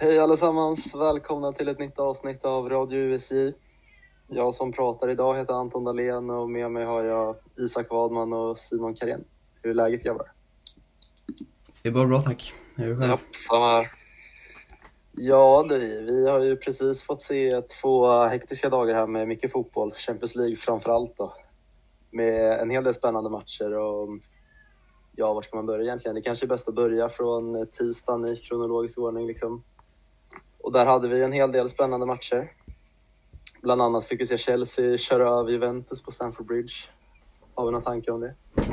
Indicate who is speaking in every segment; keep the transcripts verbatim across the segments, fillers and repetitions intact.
Speaker 1: Hej allesammans, välkomna till ett nytt avsnitt av Radio U S J. Jag som pratar idag heter Anton Dahlén och med mig har jag Isak Wadman och Simon Karén. Hur är läget, grabbar?
Speaker 2: Det är bara bra, tack.
Speaker 3: Ja, samma här.
Speaker 1: Ja, det, vi har ju precis fått se två hektiska dagar här med mycket fotboll. Champions League framförallt då. Med en hel del spännande matcher och ja, var ska man börja egentligen? Det kanske är bäst att börja från tisdagen i kronologisk ordning liksom. Och där hade vi en hel del spännande matcher. Bland annat fick vi se Chelsea köra över Juventus på Stamford Bridge. Har vi några tankar om det?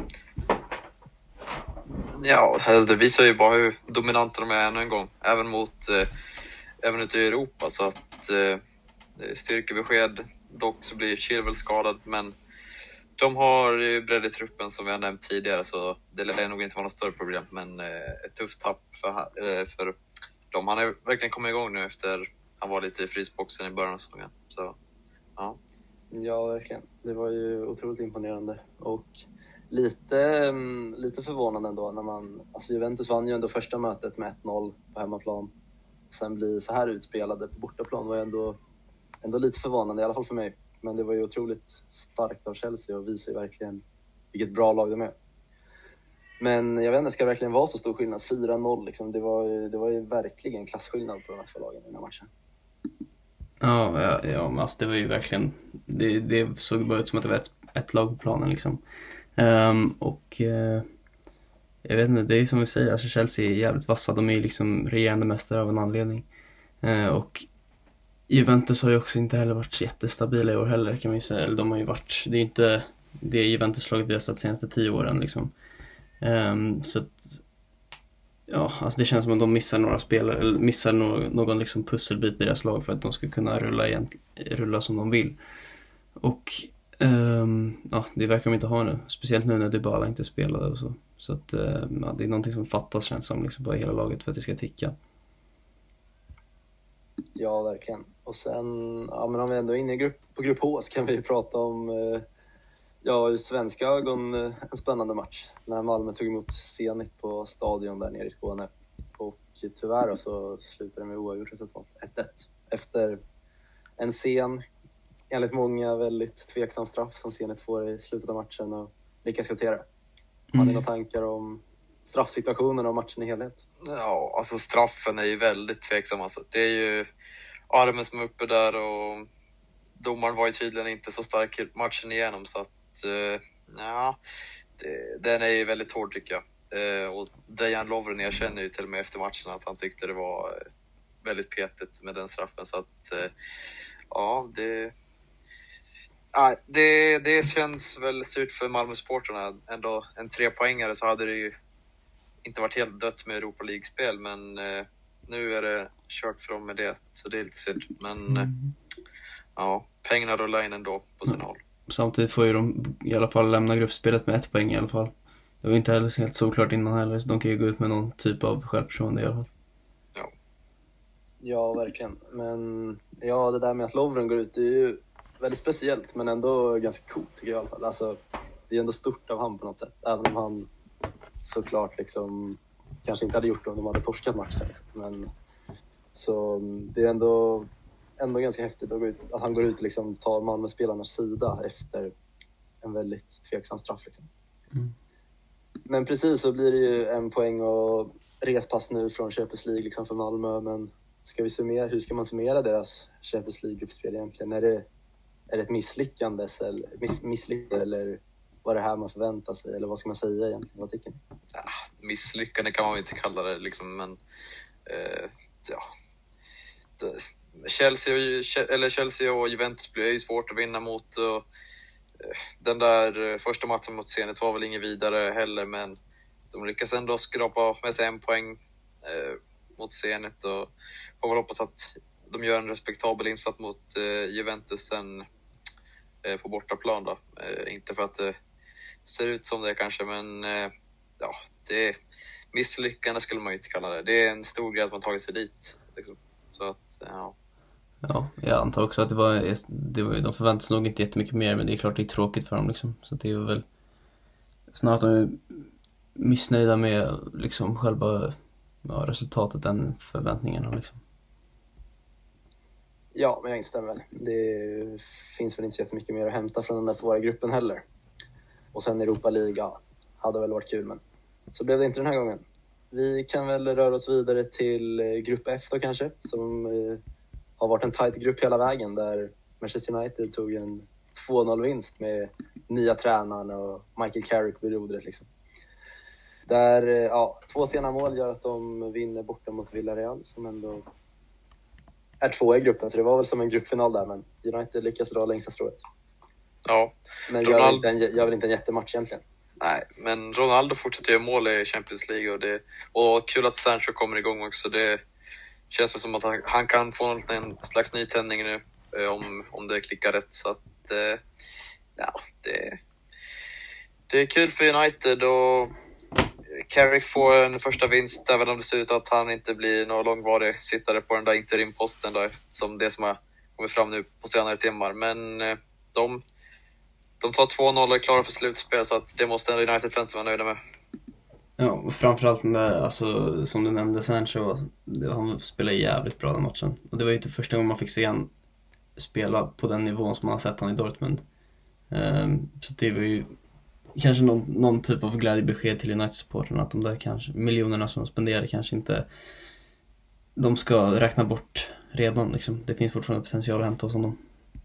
Speaker 3: Ja, det visar ju bara hur dominanta de är ännu en gång. Även mot eh, även ute i Europa. Så att eh, styrkebesked. Dock så blir Chilwell skadad. Men de har ju bredd i truppen som vi har nämnt tidigare. Så det lär nog inte vara något större problem. Men eh, ett tufft tapp för, eh, för dem. Han har verkligen kommit igång nu efter han var lite i frysboxen i början av säsongen. Så ja.
Speaker 1: Ja, verkligen. Det var ju otroligt imponerande. Och lite, lite förvånande ändå när man... Alltså Juventus vann ju ändå första mötet med ett noll på hemmaplan. Sen bli så här utspelade på bortaplan var ju ändå, ändå lite förvånande, i alla fall för mig. Men det var ju otroligt starkt av Chelsea och visar ju verkligen vilket bra lag de är. Men jag vet inte, ska det verkligen vara så stor skillnad? fyra noll liksom. Det var ju, det var ju verkligen klassskillnad på de här två lagen i den här matchen.
Speaker 2: Ja, ja, ja men alltså det var ju verkligen... Det, det såg bara ut som att det var ett, ett lag på planen liksom. Um, och uh, jag vet inte, det är som vi säger, alltså Chelsea är jävligt vassa. De är ju liksom regerande mästare av en anledning. Uh, och Juventus har ju också inte heller varit jättestabila i år heller, kan man ju säga. Eller de har ju varit... Det är inte det Juventus-laget vi har sett senaste tio åren liksom. Um, så att... Ja, alltså det känns som att de missar några spelare eller missar någon, någon liksom pusselbit i deras lag för att de ska kunna rulla, igen, rulla som de vill. Och um, ja, det verkar de inte ha nu. Speciellt nu när Dybala inte spelade och så. Så att um, ja, det är någonting som fattas, känns som liksom, bara hela laget för att det ska ticka.
Speaker 1: Ja, verkligen. Och sen, ja, men om vi ändå är inne i grupp, på grupp H så kan vi ju prata om... Eh, Ja, i svenska ögon en spännande match när Malmö tog emot Zenit på stadion där nere i Skåne. Och tyvärr så slutade det med oavgjort resultat, ett ett. Efter en sen, enligt många väldigt tveksam straff som Zenit får i slutet av matchen och lyckas kvittera. Har ni några tankar om straffsituationen och matchen i helhet?
Speaker 3: Ja, alltså straffen är ju väldigt tveksam. Alltså. Det är ju armen som är uppe där och domaren var ju tydligen inte så stark i matchen igenom så att Uh, ja, det, den är ju väldigt hård tycker jag. Uh, och Dejan Lovren erkänner ju till och med efter matchen att han tyckte det var uh, väldigt petigt med den straffen. Så att, uh, ja, det, uh, det, det känns väl surt för Malmö-supporterna. Ändå en trepoängare så hade det ju inte varit helt dött med Europa League-spel. Men uh, nu är det kört för dem med det, så det är lite synd. Men uh, ja, pengarna rullar in ändå på sin håll.
Speaker 2: Samtidigt får ju de i alla fall lämna gruppspelet med ett poäng i alla fall. Det var inte heller helt såklart innan heller, så de kan ju gå ut med någon typ av självförtroende i alla fall.
Speaker 3: Ja.
Speaker 1: Ja, verkligen. Men ja, det där med att Lovren går ut är ju väldigt speciellt, men ändå ganska coolt tycker jag i alla fall. Alltså, det är ändå stort av han på något sätt, även om han såklart liksom kanske inte hade gjort det om de hade torskat matchen. Liksom. Men så det är ändå... ändå ganska häftigt att, gå ut, att han går ut och liksom tar Malmö-spelarnas sida efter en väldigt tveksam straff. Liksom. Mm. Men precis så blir det ju en poäng och respass nu från Champions League liksom för Malmö. Men ska vi summera, hur ska man summera deras Champions League-gruppspel egentligen? Är det, är det ett misslyckande eller, miss, misslyckande eller vad är det här man förväntar sig? Eller vad ska man säga egentligen? Vad tycker ni?
Speaker 3: Ja, misslyckande kan man inte kalla det liksom, men eh, ja... Det... Chelsea och, eller Chelsea och Juventus blir ju svårt att vinna mot och den där första matchen mot Zenit var väl ingen vidare heller, men de lyckas ändå skrapa med sig en poäng eh, mot Zenit och får väl hoppas att de gör en respektabel insats mot eh, Juventus sen eh, på bortaplan då. Eh, inte för att det ser ut som det kanske, men eh, ja, det är misslyckande skulle man ju inte kalla det. Det är en stor grej att man tagit sig dit liksom. Så att, ja.
Speaker 2: Ja, jag antar också att det var, det var de förväntas nog inte jättemycket mer, men det är klart det är tråkigt för dem liksom. Så det är väl snart de är missnöjda med liksom själva ja, resultatet än förväntningarna liksom.
Speaker 1: Ja, men jag instämmer väl. Det finns väl inte så jättemycket mer att hämta från den där svåra gruppen heller. Och sen Europa League, ja, hade väl varit kul, men så blev det inte den här gången. Vi kan väl röra oss vidare till grupp F då kanske, som eh, har varit en tight grupp hela vägen, där Manchester United tog en två noll-vinst med nya tränaren och Michael Carrick vid rodret liksom. Där, eh, ja, två sena mål gör att de vinner borta mot Villarreal, som ändå är två i gruppen, så det var väl som en gruppfinal där, men United lyckas dra längsta strået.
Speaker 3: Ja.
Speaker 1: Men
Speaker 3: Ronaldo...
Speaker 1: gör, inte en, gör väl inte en jättematch egentligen.
Speaker 3: Nej, men Ronaldo fortsätter göra mål i Champions League och, det, och kul att Sancho kommer igång också. Det känns som att han, han kan få en slags nytändning nu eh, om, om det klickar rätt. Så att, eh, ja, det, det är kul för United och Carrick får en första vinst, även om det ser ut att han inte blir någon långvarig sittare på den där interimposten där, som det som har kommit fram nu på senare timmar. Men eh, de De tar två noll och är klara för slutspel, så att det måste ändå United-fansen vara nöjda med.
Speaker 2: Ja, och framförallt den där, alltså, som du nämnde, Sancho, han spelade jävligt bra den matchen. Och det var ju inte första gången man fick se han spela på den nivån som man har sett han i Dortmund. Um, så det var ju kanske någon, någon typ av glädjebesked till United-supporterna, att de där kanske, miljonerna som de spenderade kanske inte, de ska räkna bort redan liksom. Det finns fortfarande potential att hämta hos honom.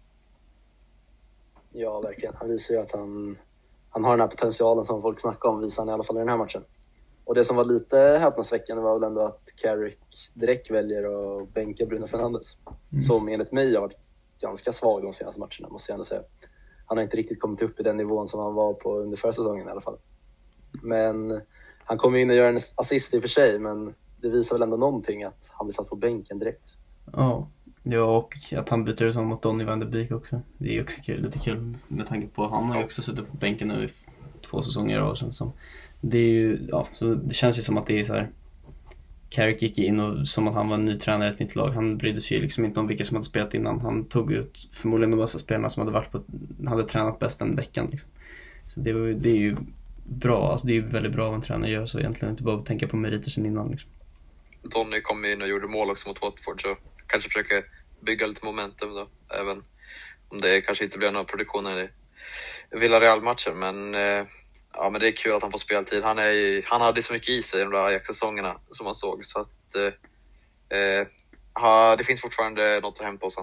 Speaker 1: Ja, verkligen. Han visar ju att han, han har den här potentialen som folk snackar om, visar han i alla fall i den här matchen. Och det som var lite häpnadsväckande var väl ändå att Carrick direkt väljer att bänka Bruno Fernandes. Mm. Som enligt mig har varit ganska svag de senaste matcherna, måste jag ändå säga. Han har inte riktigt kommit upp i den nivån som han var på under förra säsongen i alla fall. Men han kommer in och gör en assist i och för sig, men det visar väl ändå någonting att han blir satt på bänken direkt.
Speaker 2: Ja. Ja, och att han byter som mot Donny van de Beek också. Det är ju också kul, lite kul med tanke på att han har ju också suttit på bänken nu i två säsonger och känns som. Det är ju, ja, så det känns ju som att det är så här. Carrick gick in och som att han var en ny tränare i ett nytt lag. Han brydde sig ju liksom inte om vilka som hade spelat innan. Han tog ut förmodligen de bästa spelarna som hade varit på, hade tränat bäst den veckan liksom. Så det, var, det är ju bra, alltså det är ju väldigt bra vad en tränare gör, så egentligen inte bara tänka på meriter sen innan liksom.
Speaker 3: Donny kom in och gjorde mål också mot Watford, så kanske försöker bygga lite momentum då, även om det kanske inte blir några produktioner i Villarreal-matchen, men eh, ja, men det är kul att han får speltid. Han, är, han hade så mycket i sig i de där Ajax-säsongerna som man såg, så att eh, ha, det finns fortfarande något att hämta också.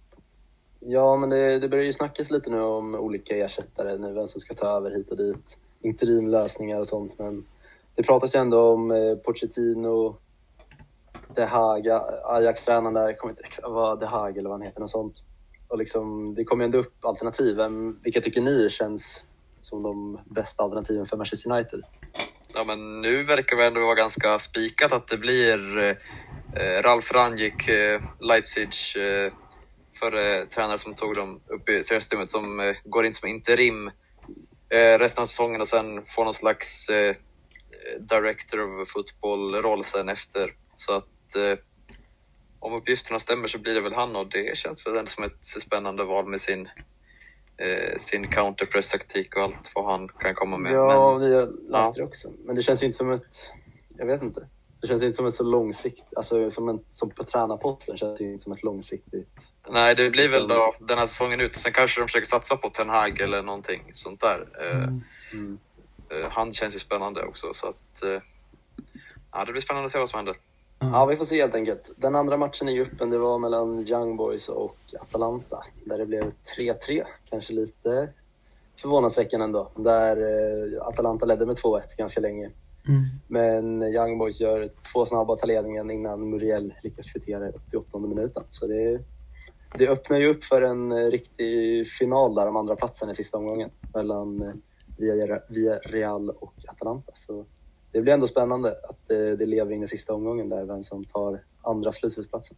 Speaker 1: Ja, men det, det börjar ju snackas lite nu om olika ersättare nu, vem som ska ta över hit och dit, interimlösningar och sånt, men det pratas ju ändå om eh, Pochettino, De Haag, Ajax-tränaren där, kommer inte exakt vad De Haag eller vad han heter, något sånt. Och liksom, det kommer ju ändå upp alternativen. Vilka tycker ni känns som de bästa alternativen för Manchester United?
Speaker 3: Ja, men nu verkar det ändå vara ganska spikat att det blir eh, Ralf Rangnick, eh, Leipzig, eh, förre tränare som tog dem upp i seriestummet, som eh, går in som interim eh, resten av säsongen och sen får någon slags eh, director of football-roll sen efter. Så att eh, om uppgifterna stämmer så blir det väl han, och det känns väl som ett spännande val med sin eh, sin counterpress-taktik och allt vad han kan komma med.
Speaker 1: Ja,
Speaker 3: men,
Speaker 1: vi har läst det också. Men det känns ju inte som ett, jag vet inte. Det känns inte som ett så långsiktigt, alltså som, en, som på tränarposten känns det inte som ett långsiktigt.
Speaker 3: Nej, det blir väl då den här säsongen ut. Sen kanske de försöker satsa på Ten Hag eller någonting sånt där. Mm. Mm. Uh, han känns ju spännande också, så att uh, ja, det blir spännande att se vad som händer.
Speaker 1: Mm. Ja, vi får se helt enkelt. Den andra matchen i gruppen, det var mellan Young Boys och Atalanta, där det blev tre tre, kanske lite förvånansväckande ändå. Där uh, Atalanta ledde med två ett ganska länge. Mm. Men Young Boys gör två snabba ta ledningen innan Muriel lyckas kvittera i åttioåttonde minuten. Så det, det öppnar ju upp för en riktig final där om andra platsen i sista omgången mellan Villarreal och Atalanta. Så det blir ändå spännande att det, det lever in i sista omgången där, vem som tar andra slutspelsplatsen.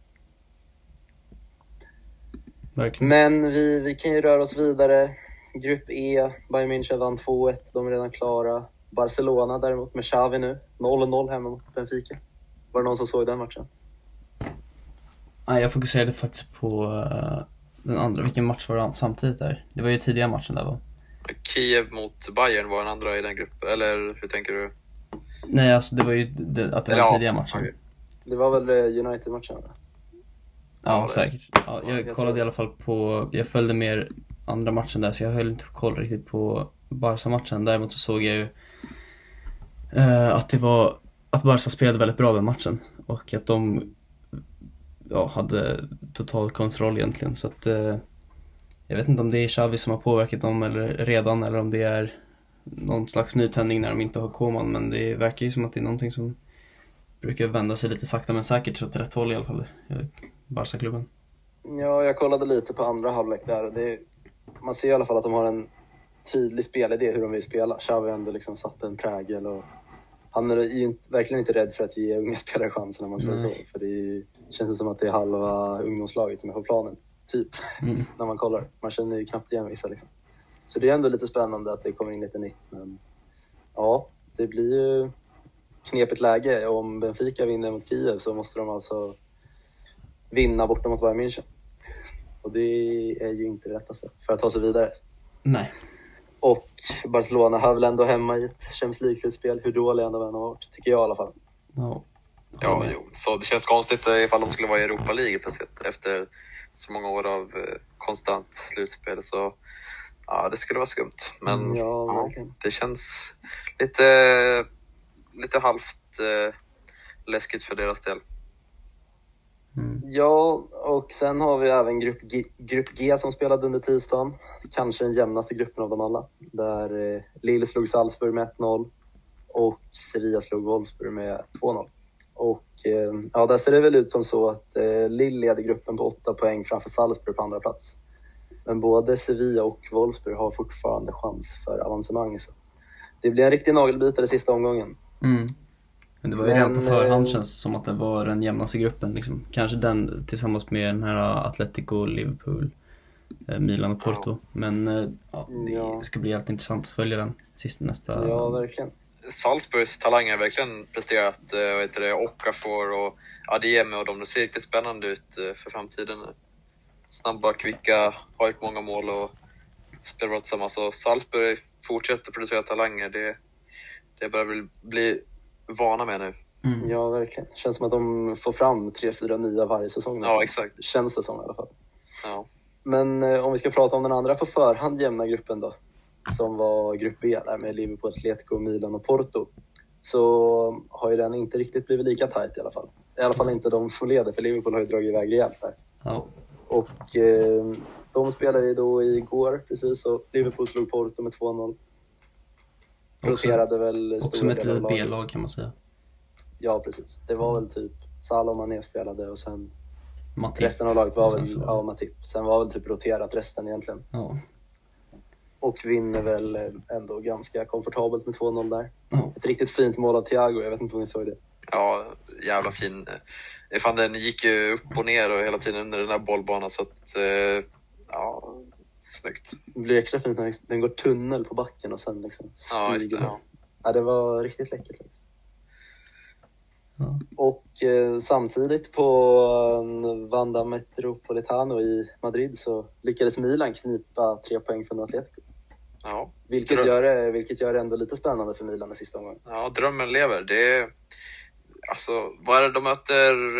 Speaker 1: Verkligen. Men vi, vi kan ju röra oss vidare. Grupp E, Bayern München vann två ett, de är redan klara. Barcelona däremot med Xavi nu, noll noll hemma mot Benfica. Var det någon som såg den matchen?
Speaker 2: Nej, jag fokuserade faktiskt på uh, den andra. Vilken match var det samtidigt där? Det var ju tidiga matchen där, va?
Speaker 3: Kiev mot Bayern var den andra i den gruppen, eller hur tänker du?
Speaker 2: Nej, alltså det var ju det, att det var
Speaker 3: ja,
Speaker 2: tidiga matchen. Okay.
Speaker 1: Det var väl United-matchen, va?
Speaker 2: Ja,
Speaker 3: det-
Speaker 2: säkert. Ja, jag
Speaker 1: jag
Speaker 2: kollade
Speaker 1: tror-
Speaker 2: i alla fall på, jag följde mer andra matchen där så jag höll inte koll riktigt på Barca-matchen. Däremot så såg jag ju eh, att det var, att Barca spelade väldigt bra den matchen och att de ja, hade total kontroll egentligen. Så att eh, jag vet inte om det är Xavi som har påverkat dem eller redan eller om det är någon slags nytändning när de inte har Koman, men det verkar ju som att det är någonting som brukar vända sig lite sakta men säkert åt rätt håll i alla fall, Barca-klubben.
Speaker 1: Ja, jag kollade lite på andra halvlek där och det, man ser i alla fall att de har en tydlig spelidé hur de vill spela. Xavi har ändå liksom satt en prägel och han är ju inte, verkligen inte rädd för att ge unga spelare chansen när man säger så. För det är, känns som att det är halva ungdomslaget som är på planen, typ,
Speaker 2: Mm.
Speaker 1: när man kollar. Man känner ju knappt igen vissa liksom. Så det är ändå lite spännande att det kommer in lite nytt. Men ja, det blir ju knepigt läge. Om Benfica vinner mot Kiev så måste de alltså vinna borta mot Bayern München. Och det är ju inte det rättaste för att ta sig vidare.
Speaker 2: Nej.
Speaker 1: Och Barcelona har väl ändå hemma i ett Champions League-slutspel. Hur dåliga ändå än har varit, tycker jag i alla fall.
Speaker 2: Ja.
Speaker 3: Ja, jo. Så det känns konstigt eh, ifall de skulle vara i Europa League plötsligt efter så många år av eh, konstant slutspel. Så ja, det skulle vara skumt. Men
Speaker 1: Mm, ja,
Speaker 3: ja,
Speaker 1: verkligen.
Speaker 3: det känns lite, lite halvt eh, läskigt för deras del.
Speaker 2: Mm.
Speaker 1: Ja, och sen har vi även grupp G, grupp G som spelade under tisdagen. Kanske den jämnaste gruppen av dem alla. Där eh, Lille slog Salzburg med ett noll och Sevilla slog Wolfsburg med två noll. Och eh, ja, där ser det väl ut som så att eh, Lille leder gruppen på åtta poäng framför Salzburg på andra plats. Men både Sevilla och Wolfsburg har fortfarande chans för avancemang. Så det blir en riktig nagelbitare i sista omgången.
Speaker 2: Mm. Men det var ju
Speaker 1: Men,
Speaker 2: redan på förhand
Speaker 1: eh,
Speaker 2: känns det som att det var den jämnaste gruppen liksom. Kanske den tillsammans med den här Atletico, Liverpool, eh, Milan och Porto. Men eh, ja, det
Speaker 1: Ja.
Speaker 2: ska bli helt intressant att följa den sist nästa.
Speaker 1: Ja, verkligen.
Speaker 3: Salzburgs talanger har verkligen presterat. Eh, vad heter det, Okafor och Adeyemi och de. Det ser riktigt spännande ut eh, för framtiden. Snabba, kvicka, har gjort många mål och spelar bra tillsammans. Så Salzburg fortsätter producera talanger. Det, det börjar väl bli vana med nu.
Speaker 2: Mm.
Speaker 1: Ja, verkligen. Känns som att de får fram tre, fyra nya varje säsong.
Speaker 3: Ja,
Speaker 1: nästan.
Speaker 3: exakt.
Speaker 1: Känns det som i alla fall.
Speaker 3: Ja.
Speaker 1: Men eh, om vi ska prata om den andra på förhand jämna gruppen då. Som var grupp B där med Liverpool, Atletico, Milan och Porto. Så har ju den inte riktigt blivit lika tajt i alla fall. I alla fall inte de som leder, för Liverpool har ju dragit iväg rejält där.
Speaker 2: Ja.
Speaker 1: Och eh, de spelade ju då igår precis och Liverpool slog Porto med två noll. Roterade väl
Speaker 2: Också
Speaker 1: stora
Speaker 2: med ett
Speaker 1: delar av
Speaker 2: litet
Speaker 1: laget.
Speaker 2: B-lag kan man säga.
Speaker 1: Ja, precis. Det var väl typ Salah och Mané spelade och sen
Speaker 2: Matip.
Speaker 1: resten av laget var
Speaker 2: Och
Speaker 1: väl,
Speaker 2: sen så-
Speaker 1: ja, Matip. Sen var väl typ roterat resten egentligen.
Speaker 2: Ja.
Speaker 1: Och vinner väl eh, ändå ganska komfortabelt med två noll där.
Speaker 2: Ja.
Speaker 1: Ett riktigt fint mål av Thiago, jag vet inte om ni såg det.
Speaker 3: Ja, jävla fin. Eh, Fan, den gick ju upp och ner och hela tiden under den här bollbanan. Så att, eh, ja, snyggt.
Speaker 1: Det blir extra fint när den går tunnel på backen och sen liksom
Speaker 3: Ja, just det.
Speaker 1: stiger.
Speaker 3: Ja.
Speaker 1: Ja, det var riktigt läckert. Liksom.
Speaker 2: Ja.
Speaker 1: Och eh, samtidigt på eh, Wanda Metropolitano i Madrid så lyckades Milan knipa tre poäng från Atletico.
Speaker 3: Ja.
Speaker 1: Vilket
Speaker 3: Dröm-
Speaker 1: gör, det, vilket gör det ändå lite spännande för Milan i sista omgången.
Speaker 3: Ja, drömmen lever. Det är, alltså, vad är det de möter?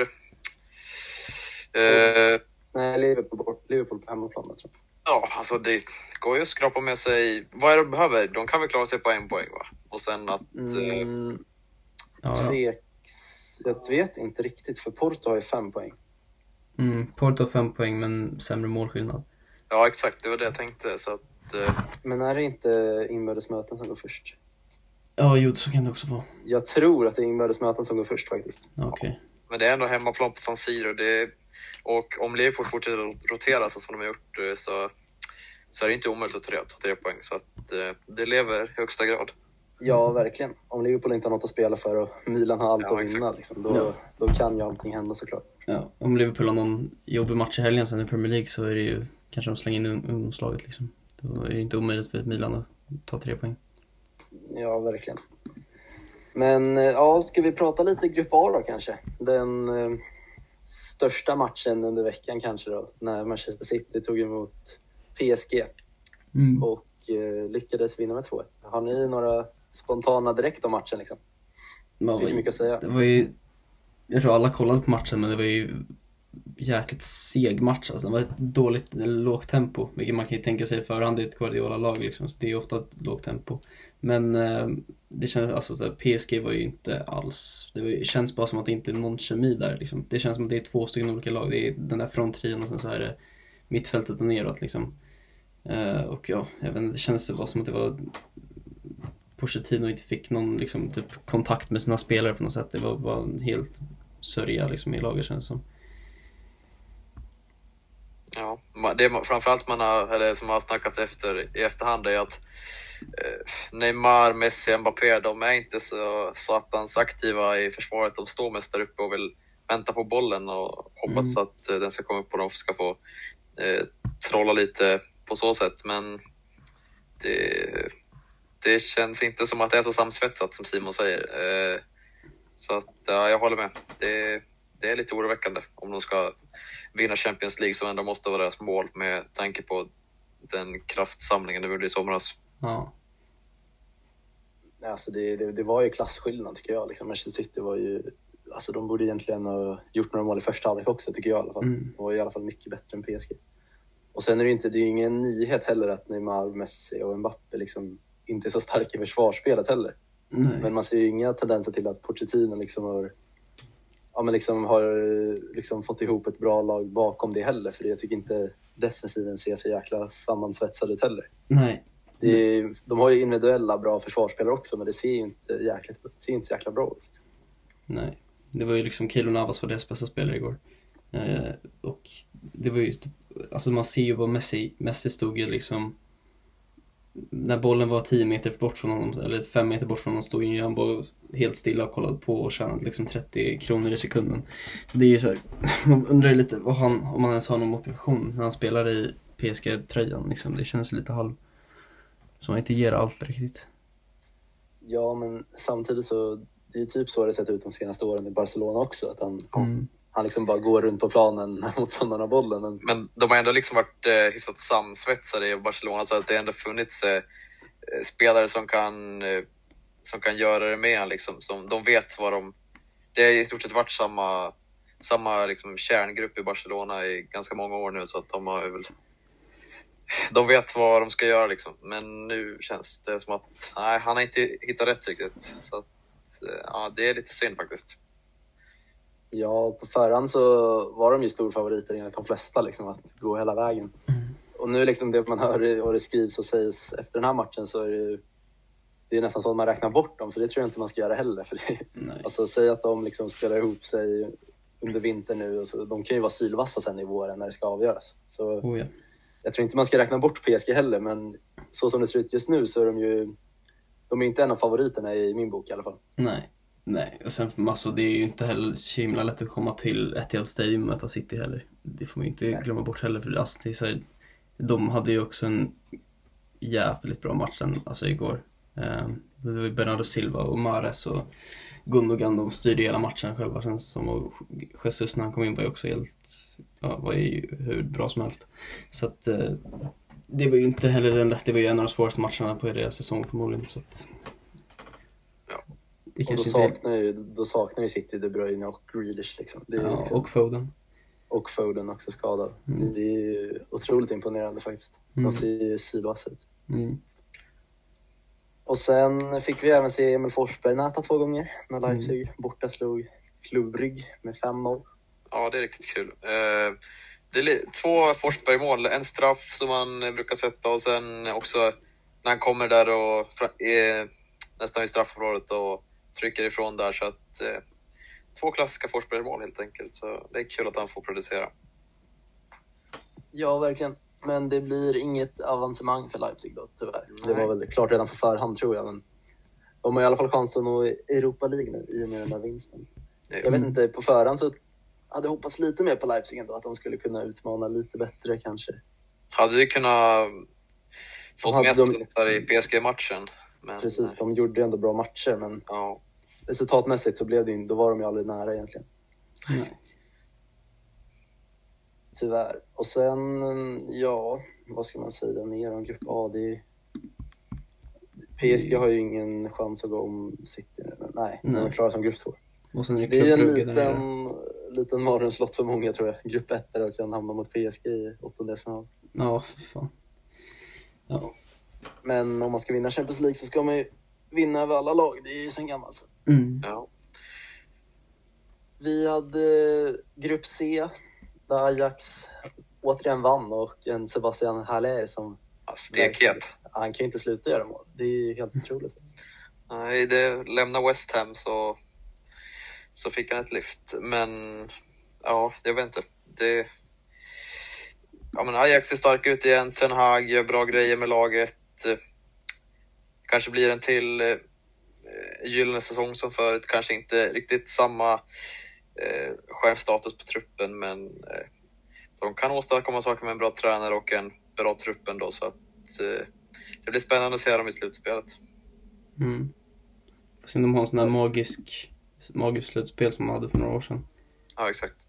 Speaker 3: Eh,
Speaker 1: Nej, Liverpool, bort- Liverpool på hemmaplan, jag tror jag.
Speaker 3: ja, alltså det går ju att skrapa med sig. Vad är det de behöver? De kan väl klara sig på en poäng, va? Och sen att... Eh,
Speaker 1: Mm,
Speaker 2: Ja, ja.
Speaker 1: tveks, jag vet inte riktigt, för Porto har ju fem poäng.
Speaker 2: Mm. Porto fem poäng men sämre målskillnad.
Speaker 3: ja, exakt. Det var det jag tänkte. Så att, eh,
Speaker 1: Men är det inte inbördesmöten som går först?
Speaker 2: Ja, jo, så kan det också vara.
Speaker 1: Jag tror att det är inbördesmöten som går först faktiskt.
Speaker 2: Ja, okej.
Speaker 3: men det är ändå hemmaplan på San Siro. Det, och om Liverpool fortsätter att rotera så som de har gjort eh, så, så är det inte omöjligt att ta tre, ta tre poäng. Så att eh, det lever i högsta grad.
Speaker 1: Ja, verkligen. Om Liverpool inte har något att spela för och Milan har allt
Speaker 3: Ja,
Speaker 1: att vinna,
Speaker 3: exakt.
Speaker 1: liksom, då,
Speaker 2: Ja.
Speaker 1: då kan ju allting hända såklart.
Speaker 2: Ja, om Liverpool har någon jobbig match i helgen sen i Premier League så är det ju kanske de slänger in ung- ungdomslaget liksom. Då är det inte omöjligt för Milan att ta tre poäng.
Speaker 1: Ja, verkligen. Men eh, ja, ska vi prata lite Grupp A då kanske? Den eh, största matchen under veckan kanske då, när Manchester City tog emot P S G
Speaker 2: Mm.
Speaker 1: och eh, lyckades vinna med två ett. Har ni några spontana direkt om matchen liksom? Det finns ju mycket att säga.
Speaker 2: Det var ju, jag tror alla kollade på matchen men det var ju jäkligt seg match. Alltså, det var ett dåligt, lågt tempo. Vilket man kan ju tänka sig förhand i ett Guardiola-lag. Liksom, så det är ofta ett lågt tempo. Men eh, det känns, alltså, så här, P S G var ju inte alls... Det, var, det känns bara som att det inte är någon kemi där. Liksom. Det känns som att det är två stycken olika lag. Det är den där fronttrion och sen så är det mittfältet och neråt. Liksom. Eh, och ja, jag vet inte, det känns bara som att det var... Pochettino inte fick någon liksom, typ, kontakt med sina spelare på något sätt. Det var bara en helt sörja liksom, i laget, känns som.
Speaker 3: Ja, det framförallt man har, eller som har snackats efter i efterhand är att eh, Neymar, Messi, Mbappé, de är inte så satans aktiva i försvaret. De står mest där uppe och vill vänta på bollen och hoppas mm. att eh, den ska komma upp och de ska få eh, trolla lite på så sätt. Men det, det känns inte som att det är så samsvetsat som Simon säger. Eh, så att ja, jag håller med. Det, det är lite oroväckande om de ska vinna Champions League, som ändå måste vara deras mål med tanke på den kraftsamlingen det gjorde i somras.
Speaker 2: Ja.
Speaker 1: Alltså det, det, det var ju klasskillnad tycker jag. Liksom Manchester City var ju, alltså de borde egentligen ha gjort några mål i första halvlek också tycker jag i alla fall. Mm. De var i alla fall mycket bättre än P S G. Och sen är det inte, det är ingen nyhet heller att Neymar, Messi och Mbappé liksom inte är så starka i försvarsspelet heller.
Speaker 2: Nej.
Speaker 1: Men man ser ju inga tendenser till att Pochettino liksom har, ja, men liksom har liksom fått ihop ett bra lag bakom det heller. För jag tycker inte defensiven ser så jäkla sammansvetsad ut heller.
Speaker 2: Nej.
Speaker 1: Det är, de har ju individuella bra försvarsspelare också, men det ser ju inte jäkligt, det ser inte så jäkla bra ut.
Speaker 2: Nej, det var ju liksom Keylor Navas var deras bästa spelare igår. Eh, och det var ju, alltså man ser ju vad Messi, Messi stod ju liksom, när bollen var tio meter bort från honom, eller fem meter bort från honom, stod ju han bara helt stilla och kollade på och tjänade liksom trettio kronor i sekunden. Så det är ju så här, man undrar lite vad han, om han ens har någon motivation när han spelar i P S G-tröjan liksom. Det känns lite halv, som han inte ger allt riktigt.
Speaker 1: Ja, men samtidigt så, det är typ så det sett ut de senaste åren i Barcelona också, att han, mm. han liksom bara går runt på planen mot sådana bollen. Men...
Speaker 3: men de har ändå liksom varit eh, hyfsat samsvetsade i Barcelona, så att det ändå funnits eh, spelare som kan, eh, som kan göra det med liksom, som de vet vad de... Det har i stort sett varit samma, samma liksom, kärngrupp i Barcelona i ganska många år nu, så att de har väl... De vet vad de ska göra liksom. Men nu känns det som att nej, han har inte hittat rätt riktigt. Så att, ja, det är lite synd faktiskt.
Speaker 1: Ja, på förhand så var de ju storfavoriter enligt de flesta liksom, att gå hela vägen. Mm. Och nu liksom det man hör och det skrivs och sägs efter den här matchen, så är det, det är nästan så att man räknar bort dem. För det tror jag inte man ska göra heller. För det, alltså säg att de liksom spelar ihop sig under vintern nu, och så, de kan ju vara sylvassa sen i våren när det ska avgöras. Så
Speaker 2: oh, ja.
Speaker 1: Jag tror inte man ska räkna bort P S G heller, men så som det ser ut just nu så är de ju, de är inte en av favoriterna i min bok i alla fall.
Speaker 2: Nej, nej. Och sen alltså, det är ju inte heller så himla lätt att komma till Etihad Stadium och möta City heller. Det får man ju inte nej. glömma bort heller, för alltså, det är så, de hade ju också en jävligt bra match den, alltså igår. Um, det var ju Bernardo Silva och Mahrez och Gundogan, de styrde hela matchen själva, känns som, och Jesus när han kom in var ju också helt, ja, var ju hur bra som helst. Så att eh, det var ju inte heller den lätt, det var ju en av de svåraste matcherna på deras säsong förmodligen, så att
Speaker 3: ja.
Speaker 1: Det och då saknar ju då saknar ju City De Bruyne och Grealish liksom. Det är
Speaker 2: ja,
Speaker 1: liksom,
Speaker 2: och Foden.
Speaker 1: Och Foden också skadad.
Speaker 2: Mm.
Speaker 1: Det är ju otroligt imponerande faktiskt. De
Speaker 2: Mm.
Speaker 1: ser ju sylvassa ut.
Speaker 2: Mm.
Speaker 1: Och sen fick vi även se Emil Forsberg näta två gånger när Leipzig mm. borta slog Club Brugge med fem noll.
Speaker 3: Ja, det är riktigt kul. Eh, det är två Forsberg-mål, en straff som man brukar sätta, och sen också när han kommer där och är nästan i straffområdet och trycker ifrån där, så att eh, två klassiska Forsberg-mål helt enkelt, så det är kul att han får producera.
Speaker 1: Ja, verkligen. Men det blir inget avancemang för Leipzig då, tyvärr. Nej. Det var väl klart redan på förhand tror jag, men de har i alla fall chansen att nå Europa League nu i och med den där vinsten. Mm. Jag vet inte, på förhand så hade jag hoppats lite mer på Leipzig ändå, att de skulle kunna utmana lite bättre kanske.
Speaker 3: Hade du kunnat fått
Speaker 1: de
Speaker 3: mest
Speaker 1: de...
Speaker 3: där i P S G-matchen? Men...
Speaker 1: Precis, de gjorde ändå bra matcher, men
Speaker 3: ja.
Speaker 1: resultatmässigt så blev det ju, då var de ju aldrig nära egentligen.
Speaker 2: Mm.
Speaker 1: Tyvärr. Och sen, ja, vad ska man säga mer om grupp A? Det P S G har ju ingen chans att gå om City. Nej, de är klara som grupp två.
Speaker 2: Och sen är det,
Speaker 1: det är en liten, liten mardrömslott för många tror jag. Grupp ett där och kan hamna mot P S G i åttondelsfinal.
Speaker 2: Ja, fan. Ja.
Speaker 1: Men om man ska vinna Champions League så ska man ju vinna över alla lag. Det är ju sen gammalt.
Speaker 2: Mm.
Speaker 3: Ja.
Speaker 1: Vi hade grupp C där Ajax återigen vann och en Sebastian Haller som
Speaker 3: Ja, stekhet.
Speaker 1: han kan ju inte sluta göra mål. Det är ju helt otroligt.
Speaker 3: Nej, det lämnar West Ham så, så fick han ett lyft. Men ja, jag vet inte. Det, ja, men Ajax är stark ut igen. Ten Hag gör bra grejer med laget. Kanske blir en till eh, gyllene säsong som förut. Kanske inte riktigt samma eh, stjärnstatus på truppen, men eh, de kan åstadkomma saker med en bra tränare och en bra trupp ändå, så att eh, det blir spännande att se dem i slutspelet.
Speaker 2: Mm. Sen de har en sån där magisk, magisk slutspel som man hade för några år sedan.
Speaker 3: Ja, exakt.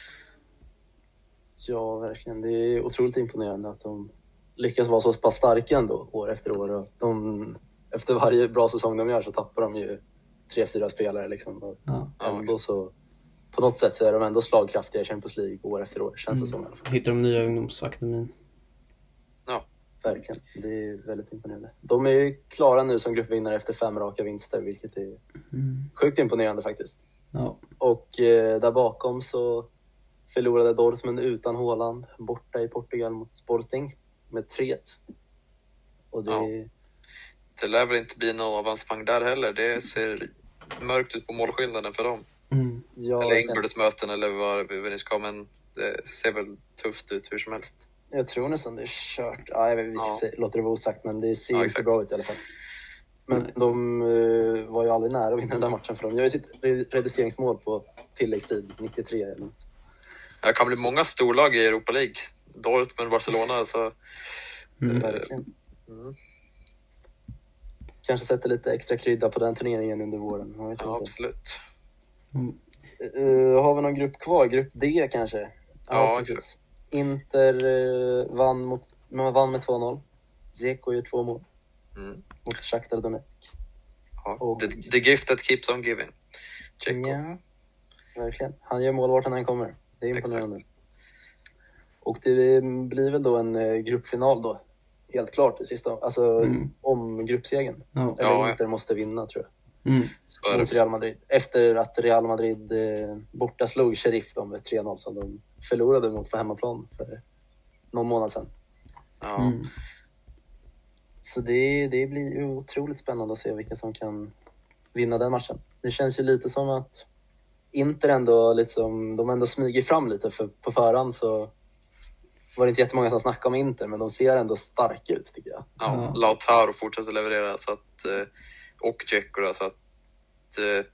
Speaker 1: Ja, verkligen. Det är otroligt imponerande att de lyckas vara så pass starka ändå år efter år. Och de, efter varje bra säsong de gör så tappar de ju tre, fyra spelare liksom. Och
Speaker 2: Ja.
Speaker 1: ändå så, på något sätt så är de ändå slagkraftiga i Champions League år efter år, känns det som i alla fall.
Speaker 2: Hittar de nya ungdomsakademin.
Speaker 3: Ja,
Speaker 1: Verkligen, det är väldigt imponerande. De är ju klara nu som gruppvinnare efter fem raka vinster, vilket är
Speaker 2: Mm.
Speaker 1: sjukt imponerande faktiskt.
Speaker 2: Ja.
Speaker 1: Och eh, där bakom så förlorade Dortmund utan Haaland borta i Portugal mot Sporting med tre ett. Och det,
Speaker 3: Ja. det lär väl inte bli någon avancemang där heller. Det ser mörkt ut på målskillnaden för dem.
Speaker 2: Mm.
Speaker 1: ja,
Speaker 3: eller
Speaker 1: jag,
Speaker 3: inbördesmöten eller vad vi nu ska, men det ser väl tufft ut hur som helst.
Speaker 1: jag tror nästan det är kört. Ja, jag vet, vi ska
Speaker 3: Ja.
Speaker 1: se, låter det vara osagt, men det ser
Speaker 3: Ja,
Speaker 1: inte
Speaker 3: exakt.
Speaker 1: bra ut i alla fall. Men
Speaker 2: Nej.
Speaker 1: de eh, var ju aldrig nära att vinna den där matchen, för de gör ju sitt re- reduceringsmål på tilläggstid, nittiotre eller något.
Speaker 3: Det kan bli många storlag i Europa League. Dortmund, Barcelona, så
Speaker 2: Mm.
Speaker 1: Verkligen.
Speaker 3: mm.
Speaker 1: Kanske sätter lite extra krydda på den turneringen under våren. Jag vet
Speaker 3: Ja,
Speaker 1: inte.
Speaker 3: absolut.
Speaker 2: Mm.
Speaker 1: Uh, har vi någon grupp kvar? Grupp D kanske?
Speaker 3: Ja,
Speaker 1: precis. Inter uh, vann, mot, men vann med två noll. Dzeko gör två mål
Speaker 3: Mm.
Speaker 1: mot Shakhtar Donetsk.
Speaker 3: Ja.
Speaker 1: Och-
Speaker 3: The, the gift that keeps on giving. Dzeko.
Speaker 1: Ja, verkligen. Han gör mål vart han kommer. Det är imponerande. Och det blir väl då en eh, gruppfinal då. Helt klart det sista. Alltså
Speaker 2: Mm.
Speaker 1: om gruppsegern.
Speaker 2: Ja.
Speaker 1: Eller
Speaker 3: Ja, ja.
Speaker 1: Inter måste vinna tror jag.
Speaker 2: Mm.
Speaker 3: Så är
Speaker 1: Mot
Speaker 3: det.
Speaker 1: Real Madrid. Efter att Real Madrid eh, borta slog Sheriff då med tre noll som de förlorade mot på hemmaplan för någon månad sedan.
Speaker 3: Ja.
Speaker 2: Mm.
Speaker 1: Så det, det blir ju otroligt spännande att se vilka som kan vinna den matchen. Det känns ju lite som att Inter ändå liksom, de ändå smyger fram lite, för på förhand så var det inte jättemånga som snackade om Inter, men de ser ändå starka ut tycker jag.
Speaker 3: Ja,
Speaker 2: Ja.
Speaker 3: Lautaro fortsätter leverera, så att, eh, och Dzeko då, så att eh,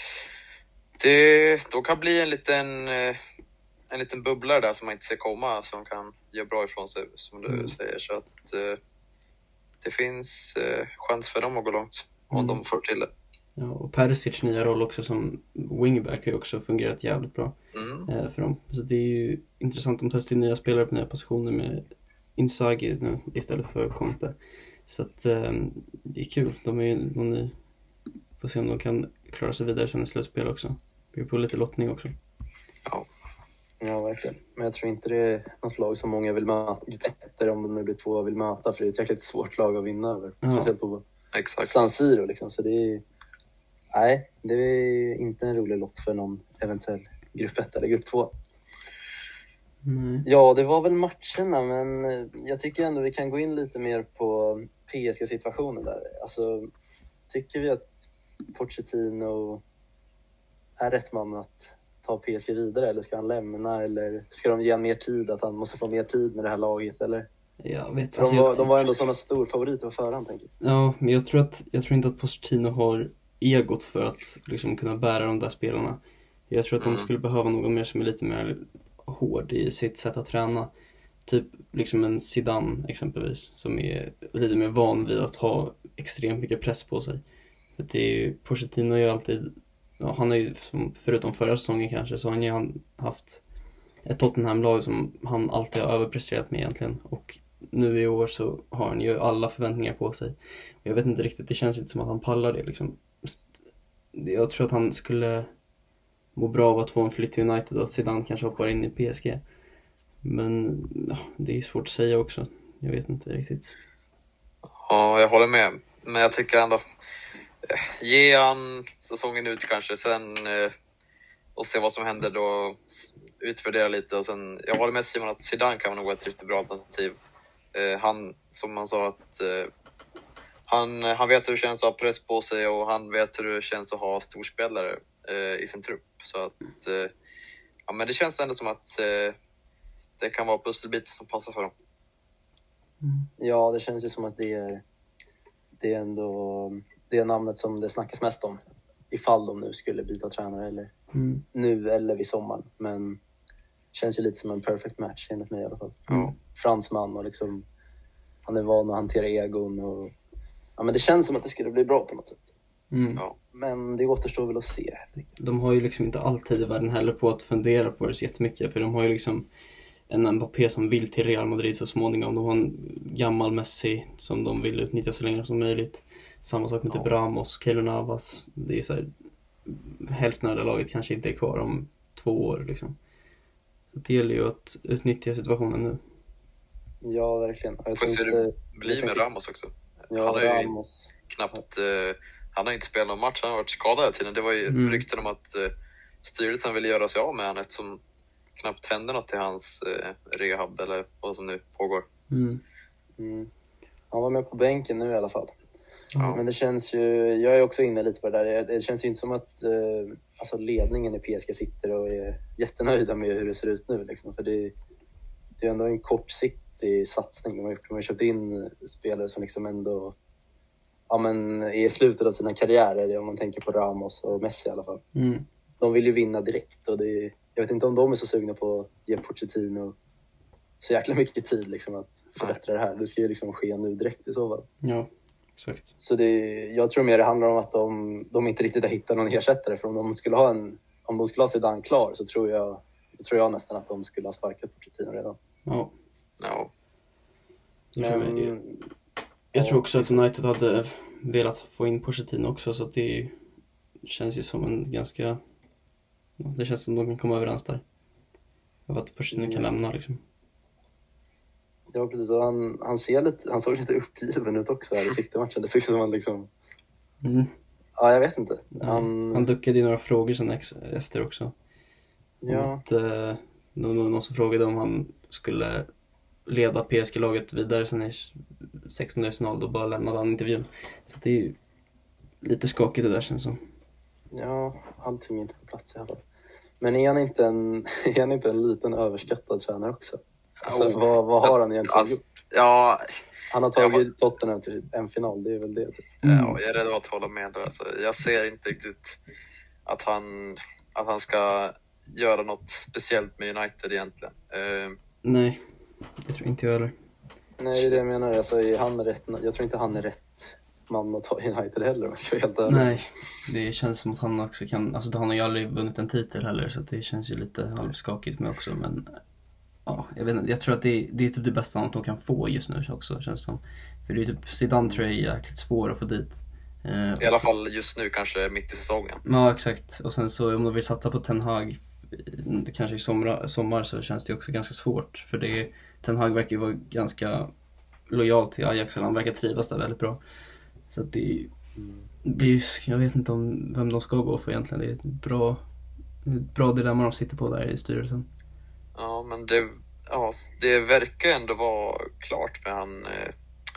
Speaker 3: det då kan bli en liten eh, en liten bubblare där som man inte ser komma, som kan ge bra ifrån sig, som du
Speaker 2: Mm.
Speaker 3: säger, så att eh, det finns eh, chans för dem att gå långt om
Speaker 2: Mm.
Speaker 3: de får till det.
Speaker 2: Ja, och Perisic nya roll också som wingback har ju också fungerat jävligt bra
Speaker 3: Mm.
Speaker 2: eh, för dem. Så det är ju intressant om de testar nya spelare på nya positioner med Inzaghi nu istället för Conte. Så att eh, det är kul. De är ju någon ny. Får se om de kan klara sig vidare sen i slutspel också. Det blir på lite lottning också.
Speaker 1: Ja, verkligen. Men jag tror inte det är något lag som många vill möta, efter om de nu blir två vill möta, för det är ett jäkligt svårt lag att vinna över.
Speaker 2: Ja.
Speaker 1: Speciellt på
Speaker 3: Exakt.
Speaker 1: San Siro liksom. Så det är, nej, det är inte en rolig lott för någon eventuell grupp ett eller grupp två.
Speaker 2: Nej.
Speaker 1: Ja, det var väl matcherna, men jag tycker ändå vi kan gå in lite mer på P S G-situationen där. Alltså, tycker vi att Pochettino är rätt man att ta P S G vidare, eller ska han lämna, eller ska de ge han mer tid, att han måste få mer tid med det här laget, eller?
Speaker 2: Jag vet
Speaker 1: För
Speaker 2: alltså,
Speaker 1: de, var,
Speaker 2: jag-
Speaker 1: de var ändå sådana stor favoriter på förhand, tänker jag.
Speaker 2: Ja, men jag tror, att, jag tror inte att Pochettino har egot för att liksom kunna bära de där spelarna. Jag tror att de
Speaker 3: Mm.
Speaker 2: skulle behöva någon mer som är lite mer hård i sitt sätt att träna. Typ liksom en Zidane exempelvis, som är lite mer van vid att ha extremt mycket press på sig. För det är ju, Pochettino är ju alltid, ja, han har ju, som, förutom förra säsongen kanske, så har han ju han haft ett Tottenham-lag som han alltid har överpresterat med egentligen. Och nu i år så har han ju alla förväntningar på sig. Och jag vet inte riktigt, det känns inte som att han pallar det liksom. Jag tror att han skulle mår bra av att få en flytt till United och att Zidane kanske hoppar in i P S G. Men ja, det är svårt att säga också. Jag vet inte riktigt.
Speaker 3: Ja, jag håller med. Men jag tycker ändå, ge han säsongen ut kanske, sen eh, och se vad som händer då, utvärdera lite och sen, jag håller med Simon att Zidane kan nog vara ett riktigt bra alternativ. Eh, han, som man sa, att eh, han, han vet hur det känns att ha press på sig och han vet hur det känns att ha storspelare eh, i sin trupp. Så att, eh, ja, men det känns ändå som att eh, det kan vara pusselbitar som passar för dem.
Speaker 1: Mm. Ja, det känns ju som att det är, det är ändå det är namnet som det snackas mest om. Ifall de nu skulle byta tränare eller
Speaker 2: mm.
Speaker 1: nu eller vid sommaren. Men känns ju lite som en perfect match enligt mig i alla fall.
Speaker 2: Mm.
Speaker 1: Fransman och liksom, han är van att hantera egon och ja, men det känns som att det skulle bli bra på något sätt.
Speaker 2: Mm.
Speaker 3: Ja.
Speaker 1: Men det återstår väl att se helt enkelt.
Speaker 2: De har ju liksom inte alltid i världen heller på att fundera på det så jättemycket. För de har ju liksom en Mbappé som vill till Real Madrid så småningom. De har en gammal Messi som de vill utnyttja så länge som möjligt. Samma sak med
Speaker 1: Ja.
Speaker 2: typ Ramos, Keylor Navas. Det är så här, hälften av det laget kanske inte är kvar om två år liksom. Så det gäller ju att utnyttja situationen nu.
Speaker 1: Ja, verkligen. Jag
Speaker 3: Får se
Speaker 1: tror
Speaker 3: hur
Speaker 1: inte,
Speaker 3: det blir med Ramos också.
Speaker 1: ja,
Speaker 3: Han har ju
Speaker 1: Ramos.
Speaker 3: knappt, eh, han har inte spelat någon match, han har varit skadad hela tiden. Det var ju
Speaker 2: Mm.
Speaker 3: rykten om att eh, styrelsen ville göra sig av med honom eftersom knappt hände något till hans eh, rehab eller vad som nu pågår.
Speaker 2: Mm.
Speaker 1: Mm. Han var med på bänken nu i alla fall.
Speaker 3: Ja.
Speaker 1: Men det känns ju, jag är också inne lite på det där. Det känns ju inte som att eh, alltså ledningen i P S G sitter och är jättenöjda med hur det ser ut nu. Liksom. För det, det är ändå en kortsiktig satsning de har gjort. De har köpt in spelare som liksom ändå ja, men är i slutet av sina karriärer. Om man tänker på Ramos och Messi i alla fall.
Speaker 2: Mm.
Speaker 1: De vill ju vinna direkt. Och det, jag vet inte om de är så sugna på att ge Pochettino så jäkla mycket tid liksom, att förbättra det här. Det ska ju liksom ske nu direkt i så fall.
Speaker 2: Ja, exakt.
Speaker 1: Så det, jag tror mer det handlar om att de, de inte riktigt har hittat någon ersättare. För om de skulle ha en, om de skulle ha Zidane klar så tror jag, så tror jag nästan att de skulle ha sparkat Pochettino redan.
Speaker 2: Ja.
Speaker 3: Ja.
Speaker 2: Jag, tror,
Speaker 1: Men,
Speaker 2: jag, jag tror också att United hade velat få in Pochettino också, så att det känns ju som en ganska, det känns som de kan komma överens där. Av att Pochettino kan
Speaker 1: Mm.
Speaker 2: lämna liksom.
Speaker 1: ja, precis. Och han, han, ser lite, han såg lite uppgiven ut också här i City-matchen. Det såg ut som han liksom,
Speaker 2: Mm.
Speaker 1: ja jag vet inte. Han,
Speaker 2: Han duckade ju några frågor sen ex- efter också.
Speaker 1: ja,
Speaker 2: Att, eh, någon, någon som frågade om han skulle leda P S G-laget vidare sen i sextonde-final, då bara lämnade han intervjun. Så det är ju lite skakigt det där känns som.
Speaker 1: ja, allting är inte på plats i alla fall. Men är han inte en, är han inte en liten överskattad tränare också? Alltså,
Speaker 3: Oh.
Speaker 1: vad, vad har han egentligen
Speaker 3: Alltså,
Speaker 1: gjort?
Speaker 3: ja,
Speaker 1: Han har tagit Tottenham till en final, det är väl det typ.
Speaker 2: Mm.
Speaker 3: ja, jag är rädd att hålla med där. Alltså, jag ser inte riktigt att han, att han ska göra något speciellt med United egentligen. Eh,
Speaker 2: Nej, det tror inte jag heller.
Speaker 1: Nej, det är det jag menar. Alltså, är han rätt, jag tror inte han är rätt man att ta United heller, om jag ska vara helt ärlig.
Speaker 2: Nej, det känns som att han också kan, alltså han har ju aldrig vunnit en titel heller, så att det känns ju lite halvskakigt med också, men ja, jag vet inte, jag tror att det är, det är typ det bästa något de kan få just nu också, känns som. För det är typ, Zidane tror jag är jäkligt svår att få dit. Eh,
Speaker 3: I alla fall just nu, kanske mitt i säsongen.
Speaker 2: Ja, exakt. Och sen så om de vill satsa på Ten Hag eh, kanske i sommar, sommar så känns det också ganska svårt. För det är, Ten Hag verkar ju vara ganska lojal till Ajax, eller han verkar trivas där väldigt bra. Så att det, det blir ju, jag vet inte om vem de ska gå för egentligen. Det är ett bra, ett bra dilemma de sitter på där i styrelsen.
Speaker 3: Ja, men det, ja, det verkar ändå vara klart med han eh,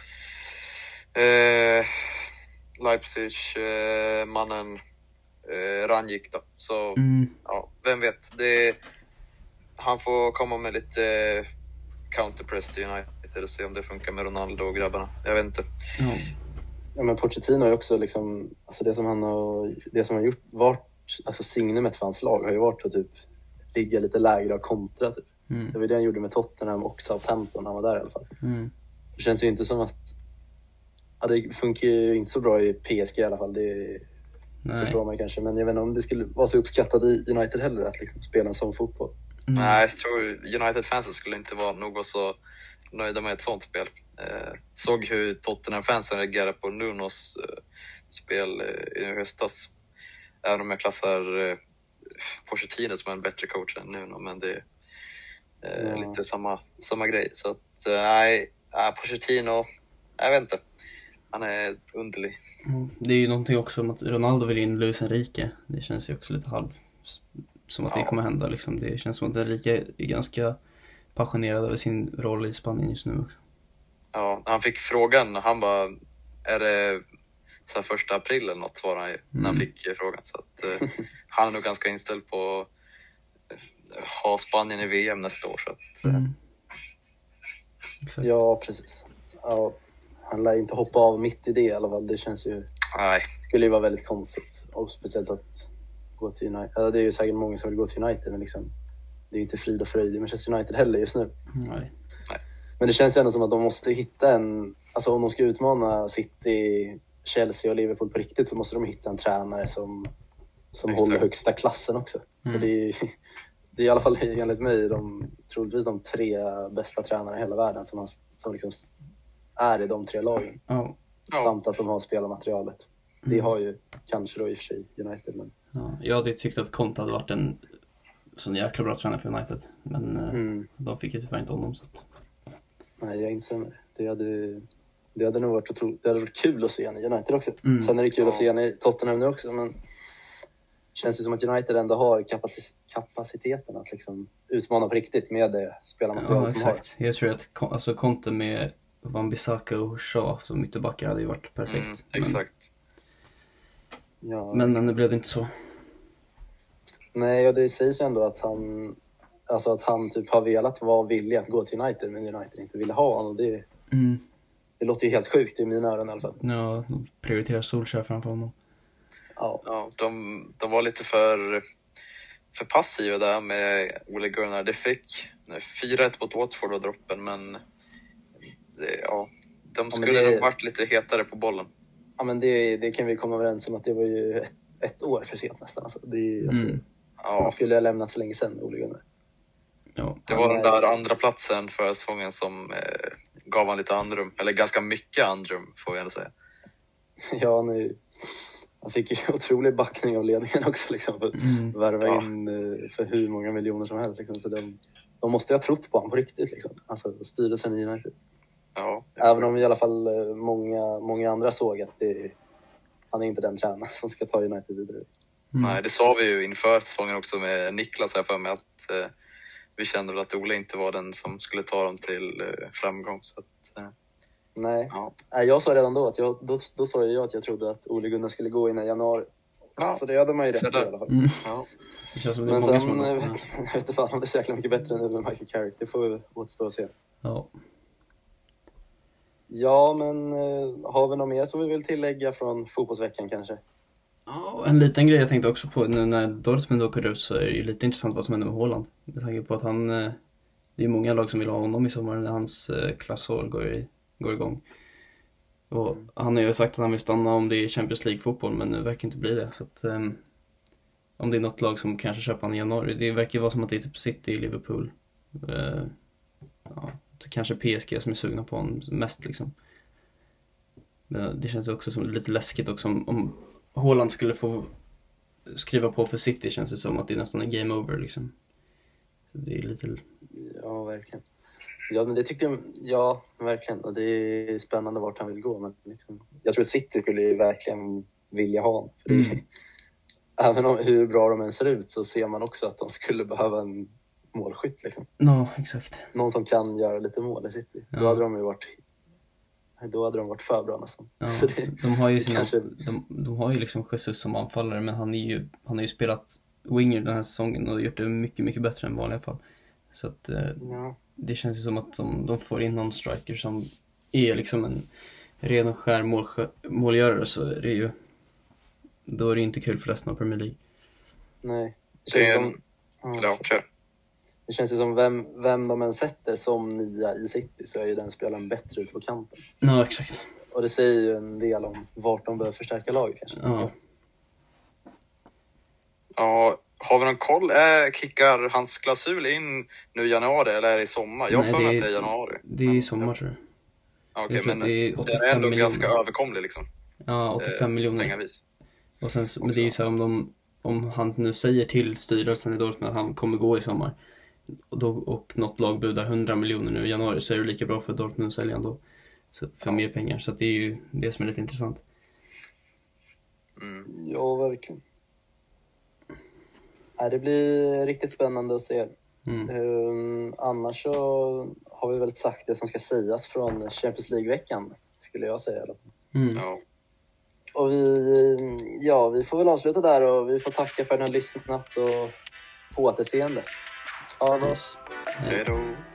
Speaker 3: eh, Leipzig eh, mannen eh, Ranjik då. Så
Speaker 2: Mm.
Speaker 3: ja, vem vet. Det, han får komma med lite eh, counterpress till United och se om det funkar med Ronaldo och grabbarna. Jag vet inte.
Speaker 2: Ja.
Speaker 1: Ja, men Pochettino har ju också liksom, alltså det som han har, det som har gjort, varit, alltså signumet för hans lag har ju varit att typ ligga lite lägre och kontra typ.
Speaker 2: Mm.
Speaker 1: Det var det han gjorde med Tottenham och Southampton, han var där i alla fall.
Speaker 2: Mm.
Speaker 1: Det känns ju inte som att, ja, det funkar ju inte så bra i P S G i alla fall, det
Speaker 2: Nej.
Speaker 1: förstår man kanske. Men jag vet inte om det skulle vara så uppskattat i United heller att liksom spela en sån fotboll.
Speaker 2: Mm.
Speaker 3: Nej, jag tror United-fansen skulle inte vara nog så nöjda med ett sånt spel. Eh, såg hur Tottenham-fansen reagerade på Nunos eh, spel eh, i höstas. Även om jag klassar eh, Pochettino som är en bättre coach än Nuno, men det är eh,
Speaker 1: Ja.
Speaker 3: lite samma, samma grej. Så att eh, nej, äh, Pochettino, jag vet inte. Han är underlig.
Speaker 2: Mm. Det är ju någonting också om att Ronaldo vill in Luis Enrique. Det känns ju också lite halv som att det
Speaker 3: Ja.
Speaker 2: kommer hända liksom. Det känns som att Enrique är ganska passionerad över sin roll i Spanien just nu också.
Speaker 3: Ja, när han fick frågan, han bara, är det så här första april eller något, svarade han ju när han
Speaker 2: Mm.
Speaker 3: fick eh, frågan. Så att eh, han är nog ganska inställd på att ha Spanien i V M nästa år. Så att, eh,
Speaker 2: Mm. Exakt.
Speaker 1: Ja, precis. Ja, han lär inte hoppa av mitt i det i alla fall. Det känns ju,
Speaker 3: nej,
Speaker 1: skulle ju vara väldigt konstigt. Och speciellt att gå till United. Ja, det är ju säkert många som vill gå till United, men liksom, det är ju inte frid och fröjd i Manchester United heller just nu.
Speaker 2: Nej.
Speaker 1: Men det känns ju ändå som att de måste hitta en... Alltså om de ska utmana City, Chelsea och Liverpool på riktigt, så måste de hitta en tränare som, som
Speaker 3: Exakt.
Speaker 1: håller högsta klassen också.
Speaker 2: Mm.
Speaker 1: För det är, det är i alla fall enligt mig de, troligtvis de tre bästa tränarna i hela världen som, har, som liksom är i de tre lagen.
Speaker 2: Ja.
Speaker 3: ja,
Speaker 1: Samt att de har spelarmaterialet. Det
Speaker 2: Mm.
Speaker 1: har ju kanske då i och för sig United. Men,
Speaker 2: Ja. Jag hade tyckt att Conte hade varit en sån jäkla bra tränare för United. Men eh,
Speaker 1: mm,
Speaker 2: de fick ju tyvärr inte honom. Så att...
Speaker 1: nej, jag instämmer. Det hade, det hade nog varit, otro, det hade varit kul att se en i United också.
Speaker 2: Mm.
Speaker 1: Sen är det kul
Speaker 3: Ja.
Speaker 1: att se en i Tottenham nu också. Men känns ju som att United ändå har kapaci- kapaciteten att liksom utmana på riktigt med det
Speaker 2: Ja,
Speaker 1: spelarmaterialet de har.
Speaker 2: exakt. Jag tror att Con- alltså Conte med Wan-Bissaka och Shaw som ytterbackar hade ju varit perfekt.
Speaker 3: mm,
Speaker 2: Men-
Speaker 3: exakt.
Speaker 1: Ja.
Speaker 2: Men, men det blev inte så.
Speaker 1: Nej, och det sägs ju ändå att han, alltså att han typ har velat vara villig att gå till United, men United inte ville ha honom. Det,
Speaker 2: Mm.
Speaker 1: det låter ju helt sjukt i mina öron i alla fall.
Speaker 2: Ja, de prioriterar Solskjaer framför honom.
Speaker 1: Ja,
Speaker 3: Ja, de, de var lite för, för passiva där med Ole Gunnar. Det fick fyra ett mot Watford och droppen, men det, ja, de skulle
Speaker 1: det-
Speaker 3: nog varit lite hetare på bollen.
Speaker 1: ja men det, det kan vi komma överens om att det var ju ett, ett år för sent nästan. Alltså, det, alltså,
Speaker 2: Mm.
Speaker 3: Ja,
Speaker 1: Han skulle ha lämnat för länge sedan, Ole Gunnar.
Speaker 2: Ja.
Speaker 3: det var
Speaker 1: han
Speaker 3: den
Speaker 1: är-
Speaker 3: där andra platsen för säsongen som eh, gav han lite andrum, eller ganska mycket andrum får jag ändå säga.
Speaker 1: Ja, nu, han fick ju otrolig backning av ledningen också liksom, för att
Speaker 2: Mm.
Speaker 1: värva
Speaker 3: Ja.
Speaker 1: in eh, för hur många miljoner som helst. Liksom. Så de, de måste ju ha trott på honom på riktigt. Liksom. Alltså styrelsen i United.
Speaker 3: Ja,
Speaker 1: Även om i alla fall eh, många, många andra såg att det, han är inte den tränare som ska ta United vidare.
Speaker 2: Mm.
Speaker 3: Nej, det sa vi ju inför säsongen också med Niklas här för mig att eh, vi kände väl att Ole inte var den som skulle ta dem till eh, framgång. Så att, eh,
Speaker 1: Nej,
Speaker 3: ja.
Speaker 1: Nej, jag sa redan då att jag, då, då sa jag att jag trodde att Ole Gunnar skulle gå innan januari.
Speaker 3: Ja.
Speaker 1: Så det hade man ju
Speaker 3: Så
Speaker 1: rätt i
Speaker 3: där.
Speaker 1: alla fall.
Speaker 2: Mm.
Speaker 3: Ja.
Speaker 2: Det känns som det är
Speaker 1: Men
Speaker 2: många
Speaker 1: sen,
Speaker 2: som har
Speaker 1: eh,
Speaker 2: gått.
Speaker 1: vet, jag vet inte fan om det är så jäkla mycket bättre nu med Michael Carrick. Det får vi återstå och se.
Speaker 2: Ja.
Speaker 1: Ja, men eh, har vi något mer som vi vill tillägga från fotbollsveckan kanske?
Speaker 2: Ja, en liten grej jag tänkte också på nu när Dortmund åker ut, så är det ju lite intressant vad som händer med Haaland. Med tanke på att han, eh, det är många lag som vill ha honom i sommar när hans eh, klassår går, i, går igång. Och han har ju sagt att han vill stanna om det är Champions League-fotboll, men nu verkar inte bli det. Så att, eh, om det är något lag som kanske köper han i januari, det verkar vara som att det är typ City, Liverpool. Eh, ja, kanske P S G som är sugna på honom mest liksom. Men det känns också som lite läskigt också om, om Haaland skulle få skriva på för City, känns det som att det nästan är game over liksom. Så det är lite...
Speaker 1: Ja, verkligen. Ja, men det tyckte jag, ja, verkligen. Och det är spännande vart han vill gå. Men liksom, jag tror City skulle ju verkligen vilja ha honom. För det,
Speaker 2: Mm.
Speaker 1: även om hur bra de än ser ut så ser man också att de skulle behöva en målskytt. Liksom.
Speaker 2: Ja, exakt.
Speaker 1: Någon som kan göra lite mål i City.
Speaker 2: Ja.
Speaker 1: Då hade de ju varit, då hade de varit för bra nästan.
Speaker 2: Ja,
Speaker 1: Så det,
Speaker 2: de har ju sina,
Speaker 1: kanske-
Speaker 2: de, de har ju liksom Jesus som anfallare, men han är ju, han har ju spelat winger den här säsongen och gjort det mycket, mycket bättre än vanliga fall. Så att eh,
Speaker 1: ja.
Speaker 2: det känns ju som att de, de får in någon striker som är liksom en ren och skär mål, målgörare, så är det ju, då är det inte kul för resten av Premier League.
Speaker 1: Nej. Det
Speaker 3: Det är
Speaker 1: känns,
Speaker 3: en-
Speaker 1: som,
Speaker 3: Eller
Speaker 1: ja.
Speaker 3: ja, kör.
Speaker 1: det känns ju som vem, vem de än sätter som nia i City så är ju den spelaren bättre ut på kanten.
Speaker 2: Ja, exakt.
Speaker 1: Och det säger ju en del om vart de behöver förstärka laget kanske.
Speaker 2: Ja.
Speaker 3: Ja, har vi någon koll? Äh, kickar hans klausul in nu i januari eller är det i sommar? Jag har
Speaker 2: Nej,
Speaker 3: för mig
Speaker 2: det är-
Speaker 3: att det är i januari.
Speaker 2: Det är i sommar, tror jag.
Speaker 3: Ja, okej,
Speaker 2: Jag tror
Speaker 3: men
Speaker 2: att det är
Speaker 3: den
Speaker 2: åttiofem
Speaker 3: är ändå
Speaker 2: miljoner.
Speaker 3: ganska överkomlig liksom.
Speaker 2: Ja, åttiofem
Speaker 3: eh,
Speaker 2: miljoner.
Speaker 3: Pengavis.
Speaker 2: Och sen, så- men det är ju så här, om de, om han nu säger till styrelsen i Dortmund att han kommer gå i sommar och, då, och något lag budar hundra miljoner nu i januari, så är det lika bra för Dortmund att sälja ändå så för mer pengar. Så att det är ju det som är lite intressant.
Speaker 3: Mm.
Speaker 1: Ja, verkligen. Nej, det blir riktigt spännande att se.
Speaker 2: Mm.
Speaker 1: Um, annars så har vi väl sagt det som ska sägas från Champions League-veckan, skulle jag säga.
Speaker 2: Mm.
Speaker 3: Ja.
Speaker 1: Och vi, ja, vi får väl avsluta där och vi får tacka för att ni har lyssnat och på återseende.
Speaker 2: Ja,
Speaker 3: Hej då.